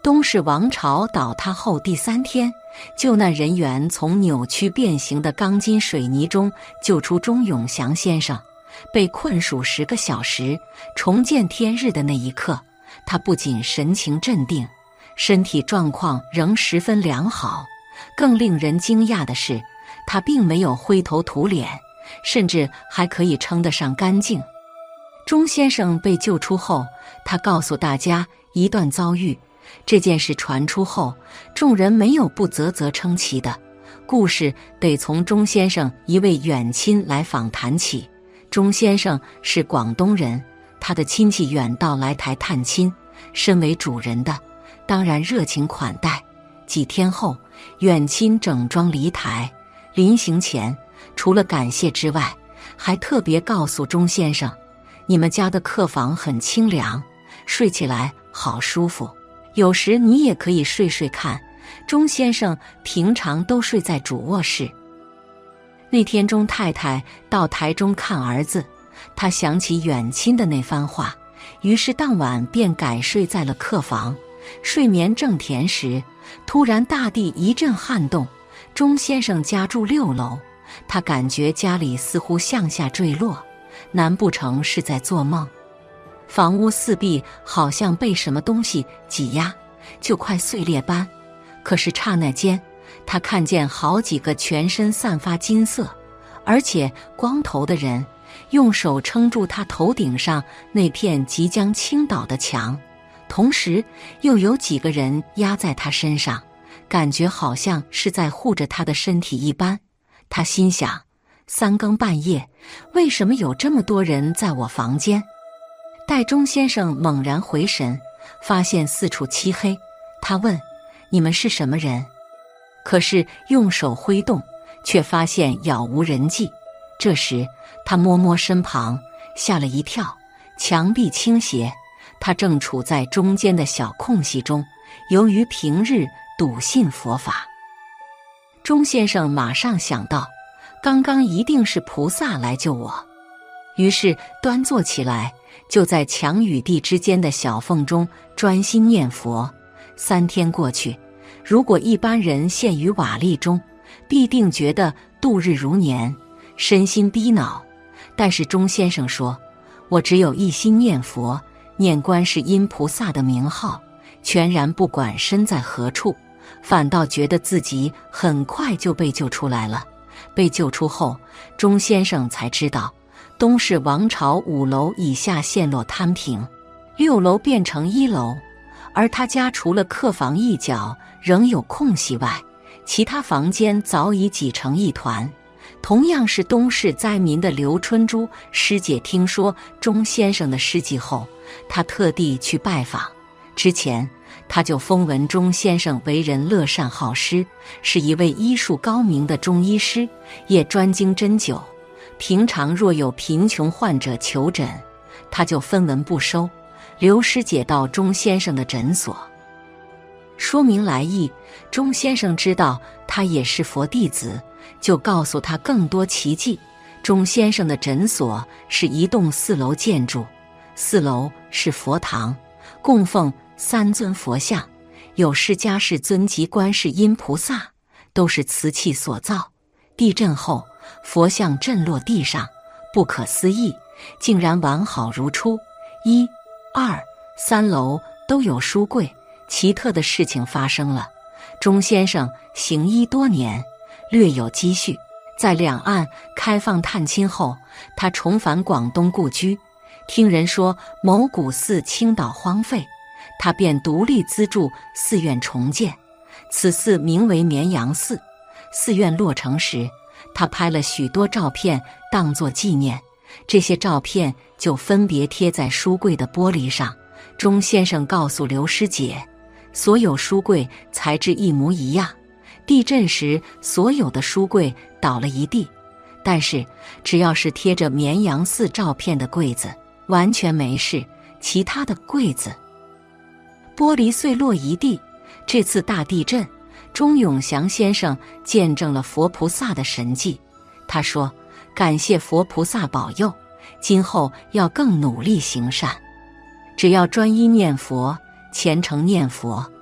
东氏王朝倒塌后第3天，救难人员从扭曲变形的钢筋水泥中救出钟永祥先生。被困数10个小时，重见天日的那一刻，他不仅神情镇定，身体状况仍十分良好。更令人惊讶的是，他并没有灰头土脸，甚至还可以称得上干净。钟先生被救出后，他告诉大家一段遭遇。这件事传出后，众人没有不啧啧称奇的。故事得从钟先生一位远亲来访谈起。钟先生是广东人，他的亲戚远道来台探亲，身为主人的当然热情款待。几天后，远亲整装离台，临行前除了感谢之外，还特别告诉钟先生，你们家的客房很清凉，睡起来好舒服，有时你也可以睡睡看。钟先生平常都睡在主卧室。那天钟太太到台中看儿子，她想起远亲的那番话，于是当晚便改睡在了客房。睡眠正甜时，突然大地一阵撼动。钟先生家住6楼，他感觉家里似乎向下坠落，难不成是在做梦？房屋四壁好像被什么东西挤压，就快碎裂般。可是刹那间，他看见好几个全身散发金色而且光头的人，用手撑住他头顶上那片即将倾倒的墙，同时又有几个人压在他身上，感觉好像是在护着他的身体一般。他心想，3更半夜，为什么有这么多人在我房间？待钟先生猛然回神，发现四处漆黑，他问：你们是什么人？可是用手挥动，却发现杳无人迹。这时他摸摸身旁，吓了一跳，墙壁倾斜，他正处在中间的小空隙中。由于平日笃信佛法，钟先生马上想到，刚刚一定是菩萨来救我，于是端坐起来，就在墙与地之间的小缝中专心念佛。3天过去，如果一般人陷于瓦砾中，必定觉得度日如年，身心逼恼。但是钟先生说，我只有一心念佛，念观世音菩萨的名号，全然不管身在何处，反倒觉得自己很快就被救出来了。被救出后，钟先生才知道，东氏王朝5楼以下陷落坍平，6楼变成1楼，而他家除了客房一角仍有空隙外，其他房间早已挤成一团。同样是东市灾民的刘春珠师姐听说钟先生的事迹后，她特地去拜访。之前她就风闻钟先生为人乐善好施，是一位医术高明的中医师，也专精针灸。平常若有贫穷患者求诊，她就分文不收。刘师姐到钟先生的诊所说明来意，钟先生知道他也是佛弟子，就告诉他更多奇迹。钟先生的诊所是一栋4楼建筑，4楼是佛堂，供奉3尊佛像，有释迦世尊及观世音菩萨，都是瓷器所造。地震后，佛像震落地上，不可思议，竟然完好如初。1、2、3楼都有书柜。奇特的事情发生了。钟先生行医多年，略有积蓄，在两岸开放探亲后，他重返广东故居。听人说某古寺倾倒荒废，他便独立资助寺院重建。此寺名为绵阳寺。寺院落成时，他拍了许多照片当作纪念，这些照片就分别贴在书柜的玻璃上。钟先生告诉刘师姐，所有书柜材质一模一样，地震时所有的书柜倒了一地，但是只要是贴着绵阳寺照片的柜子完全没事，其他的柜子玻璃碎落一地。这次大地震，钟永祥先生见证了佛菩萨的神迹。他说，感谢佛菩萨保佑，今后要更努力行善，只要专一念佛，虔诚念佛，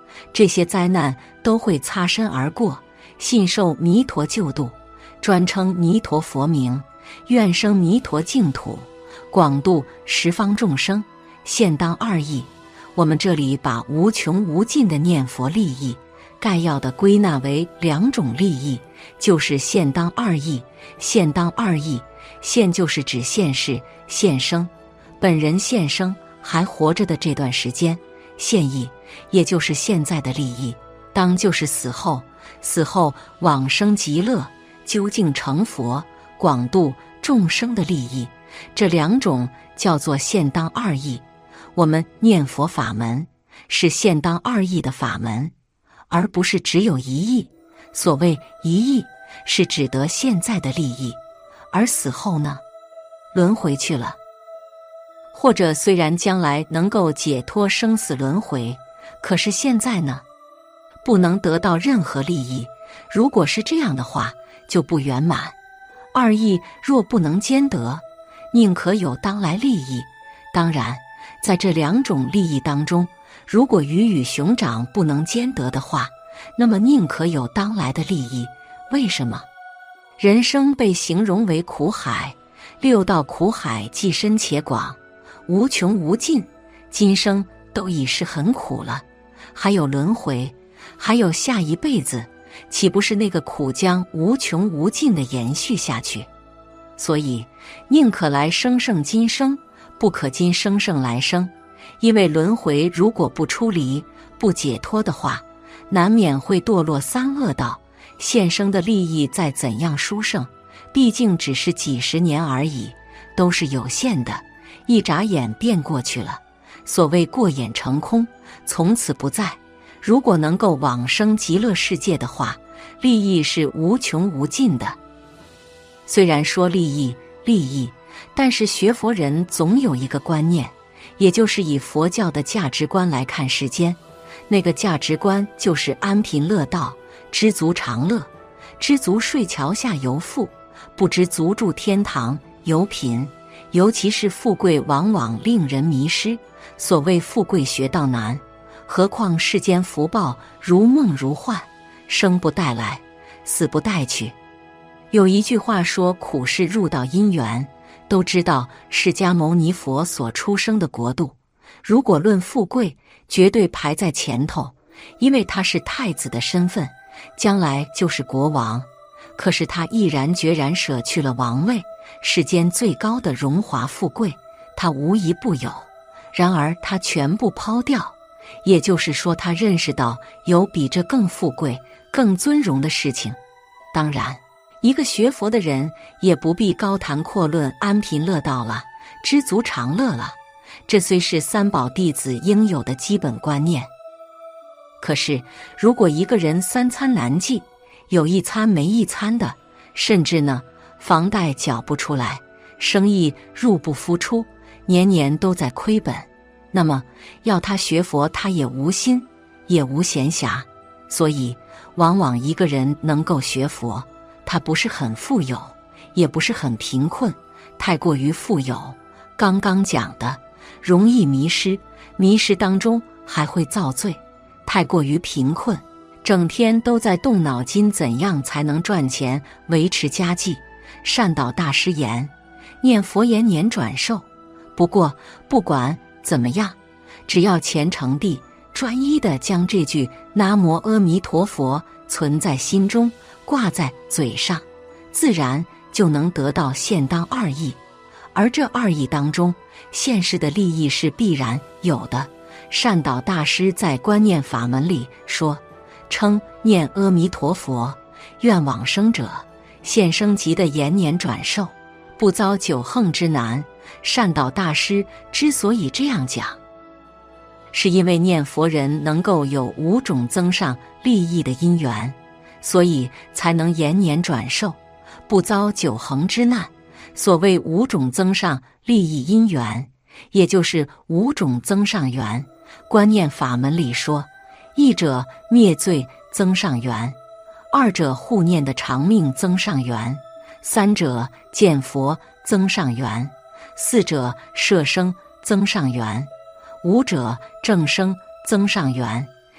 这些灾难都会擦身而过，信受弥陀救度，专称弥陀佛名，愿生弥陀净土，广度十方众生，现当二义。我们这里把无穷无尽的念佛利益概要的归纳为2种利益，就是现当二义。现当二义，现就是指现世现生，本人现生还活着的这段时间；现义也就是现在的利益，当就是死后，死后往生极乐，究竟成佛，广度众生的利益。这2种叫做现当二义。我们念佛法门是现当二义的法门，而不是只有一义。所谓一义，是指得现在的利益，而死后呢，轮回去了。或者虽然将来能够解脱生死轮回，可是现在呢，不能得到任何利益。如果是这样的话，就不圆满。二义若不能兼得，宁可有当来利益。当然，在这2种利益当中，如果鱼与熊掌不能兼得的话，那么宁可有当来的利益。为什么？人生被形容为苦海，6道苦海既深且广，无穷无尽，今生都已是很苦了，还有轮回，还有下一辈子，岂不是那个苦将无穷无尽地延续下去？所以宁可来生胜今生，不可今生胜来生。因为轮回如果不出离，不解脱的话，难免会堕落3恶道。现生的利益再怎样殊胜，毕竟只是几十年而已，都是有限的，一眨眼便过去了。所谓过眼成空，从此不在。如果能够往生极乐世界的话，利益是无穷无尽的。虽然说利益，但是学佛人总有一个观念，也就是以佛教的价值观来看世间。那个价值观就是安贫乐道，知足常乐。知足睡桥下犹富，不知足住天堂犹贫。尤其是富贵往往令人迷失，所谓富贵学道难，何况世间福报如梦如幻，生不带来，死不带去。有一句话说，苦是入道因缘。都知道释迦牟尼佛所出生的国度，如果论富贵，绝对排在前头，因为他是太子的身份，将来就是国王。可是他毅然决然舍去了王位，世间最高的荣华富贵，他无一不有。然而他全部抛掉，也就是说他认识到有比这更富贵、更尊荣的事情。当然，一个学佛的人也不必高谈阔论安贫乐道了，知足常乐了。这虽是三宝弟子应有的基本观念，可是如果一个人3餐难继，有一餐没一餐的，甚至呢房贷缴不出来，生意入不敷出，年年都在亏本，那么要他学佛，他也无心，也无闲暇。所以往往一个人能够学佛，他不是很富有，也不是很贫困。太过于富有，刚刚讲的容易迷失，迷失当中还会造罪；太过于贫困，整天都在动脑筋怎样才能赚钱维持家计。善导大师言，念佛延年转寿。不过不管怎么样，只要虔诚地专一地将这句南无阿弥陀佛存在心中，挂在嘴上，自然就能得到现当二义。而这二义当中，现世的利益是必然有的。善导大师在观念法门里说，称念阿弥陀佛，愿往生者现生即的延年转寿，不遭九横之难。善导大师之所以这样讲，是因为念佛人能够有5种增上利益的因缘，所以才能延年转寿，不遭九横之难。所谓5种增上利益因缘，也就是5种增上缘。观念法门里说，一者灭罪增上缘，二者护念的长命增上缘，三者见佛增上缘，四者摄生增上缘，五者正生增上缘。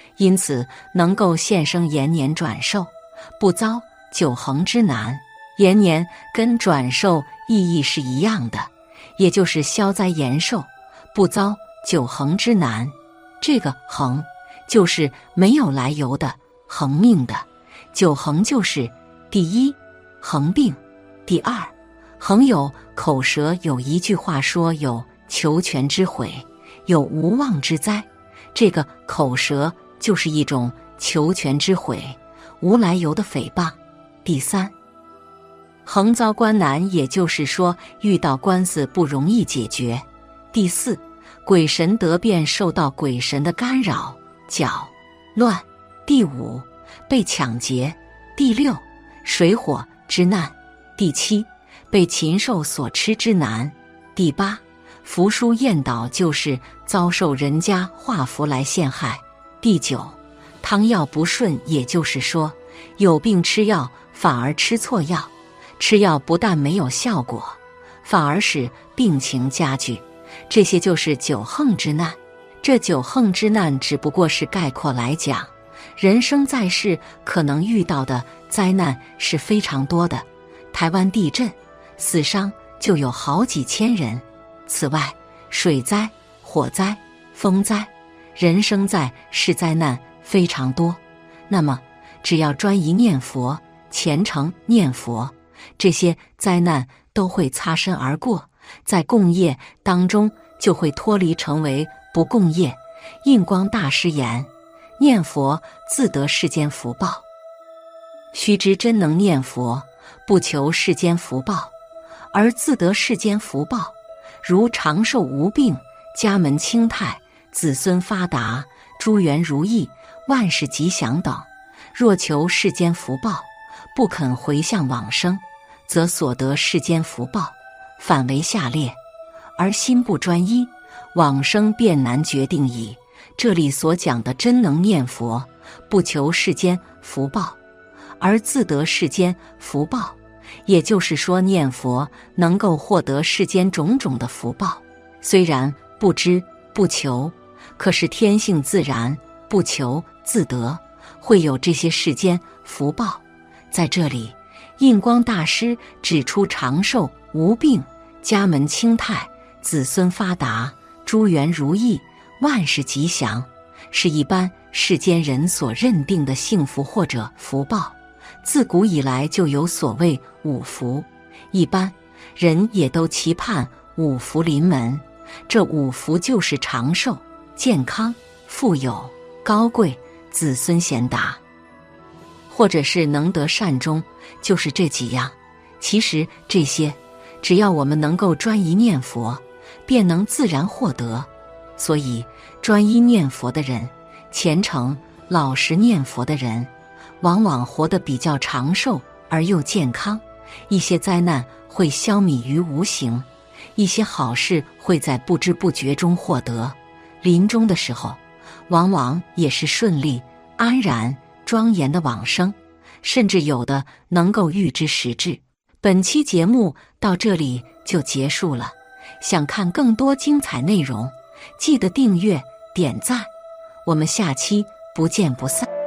因此能够现生延年转寿，不遭久恒之难。延年跟转寿意义是一样的，也就是消灾延寿，不遭久恒之难。这个恒就是没有来由的，恒命的；久恒就是第一，恒定；第二，恒有口舌。有一句话说，有求全之悔，有无妄之灾。这个口舌就是一种求全之悔，无来由的诽谤。第三，恒遭官难，也就是说遇到官司不容易解决。第四，鬼神得变，受到鬼神的干扰、搅乱。第五，被抢劫。第六，水火之难。第七，被禽兽所吃之难。第八，符书验倒，就是遭受人家画符来陷害。第九，汤药不顺，也就是说有病吃药反而吃错药，吃药不但没有效果，反而使病情加剧。这些就是九横之难。这九横之难只不过是概括来讲，人生在世可能遇到的灾难是非常多的。台湾地震死伤就有好几千人，此外水灾、火灾、风灾，人生在世灾难非常多。那么只要专一念佛，虔诚念佛，这些灾难都会擦身而过，在共业当中就会脱离，成为不共业。印光大师言：念佛自得世间福报。须知真能念佛，不求世间福报，而自得世间福报，如长寿无病、家门清泰、子孙发达、诸缘如意、万事吉祥等。若求世间福报，不肯回向往生，则所得世间福报反为下列，而心不专一，往生便难决定矣。这里所讲的真能念佛，不求世间福报，而自得世间福报，也就是说念佛能够获得世间种种的福报，虽然不知不求，可是天性自然，不求自得，会有这些世间福报。在这里，印光大师指出长寿无病、家门清泰、子孙发达、诸缘如意、万事吉祥，是一般世间人所认定的幸福或者福报。自古以来就有所谓五福，一般人也都期盼五福临门。这五福就是长寿、健康、富有、高贵、子孙贤达，或者是能得善终，就是这几样。其实这些只要我们能够专一念佛，便能自然获得。所以专一念佛的人，虔诚老实念佛的人，往往活得比较长寿而又健康，一些灾难会消弭于无形，一些好事会在不知不觉中获得。临终的时候，往往也是顺利、安然、庄严的往生，甚至有的能够预知时至。本期节目到这里就结束了，想看更多精彩内容，记得订阅、点赞，我们下期不见不散。